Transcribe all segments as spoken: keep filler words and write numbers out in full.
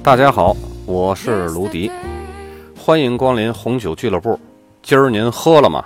大家好，我是卢迪，欢迎光临红酒俱乐部。今儿您喝了吗？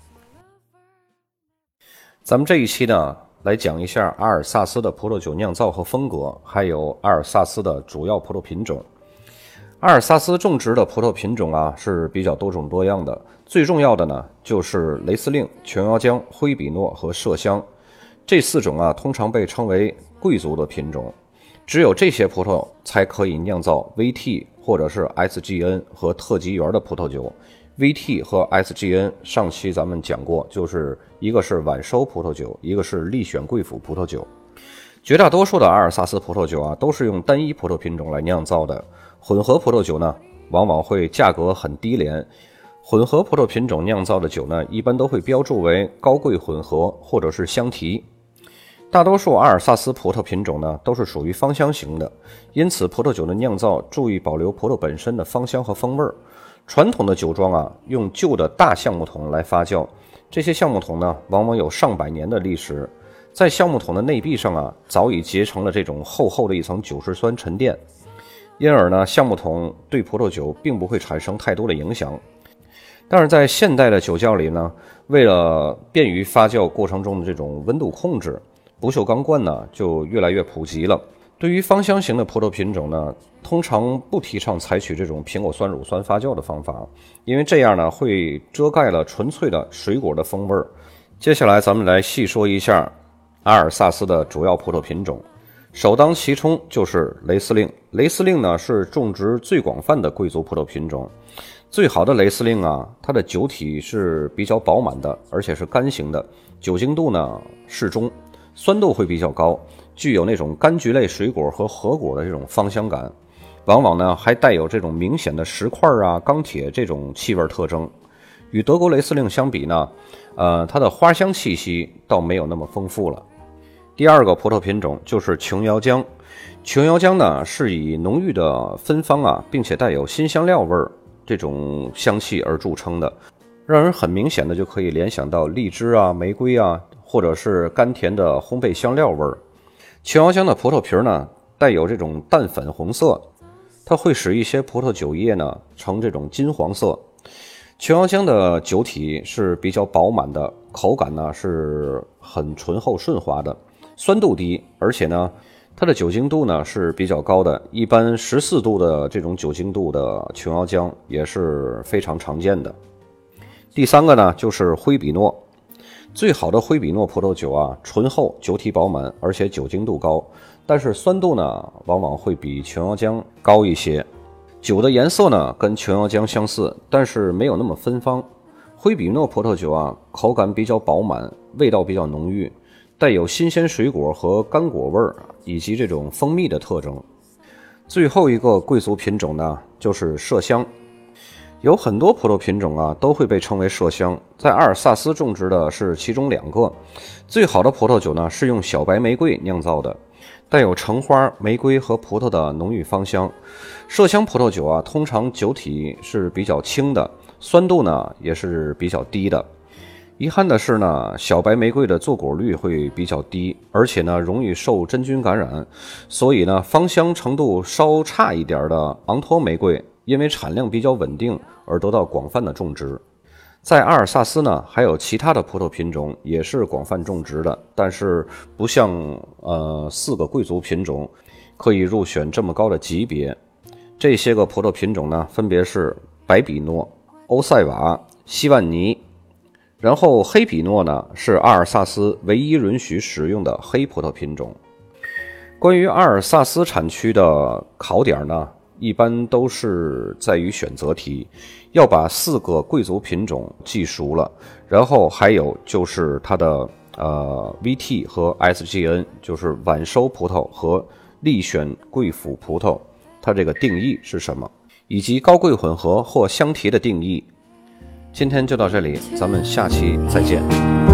咱们这一期呢，来讲一下阿尔萨斯的葡萄酒酿造和风格，还有阿尔萨斯的主要葡萄品种。阿尔萨斯种植的葡萄品种啊是比较多种多样的，最重要的呢就是雷司令、琼瑶浆、灰比诺和麝香。这四种啊通常被称为贵族的品种，只有这些葡萄才可以酿造 V T 或者是 S G N 和特级园的葡萄酒。V T 和 S G N 上期咱们讲过，就是一个是晚收葡萄酒，一个是力选贵腐葡萄酒。绝大多数的阿尔萨斯葡萄酒啊都是用单一葡萄品种来酿造的，混合葡萄酒呢往往会价格很低廉。混合葡萄品种酿造的酒呢一般都会标注为高贵混合或者是香缇。大多数阿尔萨斯葡萄品种呢都是属于芳香型的，因此葡萄酒的酿造注意保留葡萄本身的芳香和风味。传统的酒庄啊用旧的大橡木桶来发酵，这些橡木桶呢往往有上百年的历史，在橡木桶的内壁上啊早已结成了这种厚厚的一层酒石酸沉淀，因而呢橡木桶对葡萄酒并不会产生太多的影响。但是在现代的酒窖里呢，为了便于发酵过程中的这种温度控制，不锈钢罐呢就越来越普及了。对于芳香型的葡萄品种呢，通常不提倡采取这种苹果酸乳酸发酵的方法，因为这样呢会遮盖了纯粹的水果的风味。接下来咱们来细说一下阿尔萨斯的主要葡萄品种。首当其冲就是雷司令。雷司令呢是种植最广泛的贵族葡萄品种。最好的雷司令啊，它的酒体是比较饱满的，而且是干型的，酒精度呢适中，酸度会比较高，具有那种柑橘类水果和核果的这种芳香感，往往呢还带有这种明显的石块啊、钢铁这种气味特征。与德国雷司令相比呢，呃，它的花香气息倒没有那么丰富了。第二个葡萄品种就是琼瑶浆。琼瑶浆呢是以浓郁的芬芳啊，并且带有辛香料味儿这种香气而著称的，让人很明显的就可以联想到荔枝啊、玫瑰啊，或者是甘甜的烘焙香料味儿。琼瑶浆的葡萄皮呢带有这种淡粉红色，它会使一些葡萄酒液呢呈这种金黄色。琼瑶浆的酒体是比较饱满的，口感呢是很醇厚顺滑的，酸度低，而且呢它的酒精度呢是比较高的，一般十四度的这种酒精度的琼瑶浆也是非常常见的。第三个呢就是灰比诺。最好的灰比诺葡萄酒啊，醇厚，酒体饱满，而且酒精度高，但是酸度呢往往会比琼瑶浆高一些。酒的颜色呢跟琼瑶浆相似，但是没有那么芬芳。灰比诺葡萄酒啊，口感比较饱满，味道比较浓郁，带有新鲜水果和干果味以及这种蜂蜜的特征。最后一个贵族品种呢就是麝香。有很多葡萄品种啊都会被称为麝香，在阿尔萨斯种植的是其中两个。最好的葡萄酒呢是用小白玫瑰酿造的，带有橙花、玫瑰和葡萄的浓郁芳香。麝香葡萄酒啊通常酒体是比较轻的，酸度呢也是比较低的。遗憾的是呢，小白玫瑰的坐果率会比较低，而且呢容易受真菌感染，所以呢芳香程度稍差一点的昂托玫瑰因为产量比较稳定而得到广泛的种植。在阿尔萨斯呢还有其他的葡萄品种也是广泛种植的，但是不像呃四个贵族品种可以入选这么高的级别。这些个葡萄品种呢分别是白比诺、欧塞瓦、西万尼，然后黑比诺呢是阿尔萨斯唯一允许使用的黑葡萄品种。关于阿尔萨斯产区的考点呢一般都是在于选择题，要把四个贵族品种记熟了，然后还有就是它的呃 V T 和 S G N， 就是晚收葡萄和力选贵腐葡萄，它这个定义是什么，以及高贵混合或香缇的定义。今天就到这里，咱们下期再见。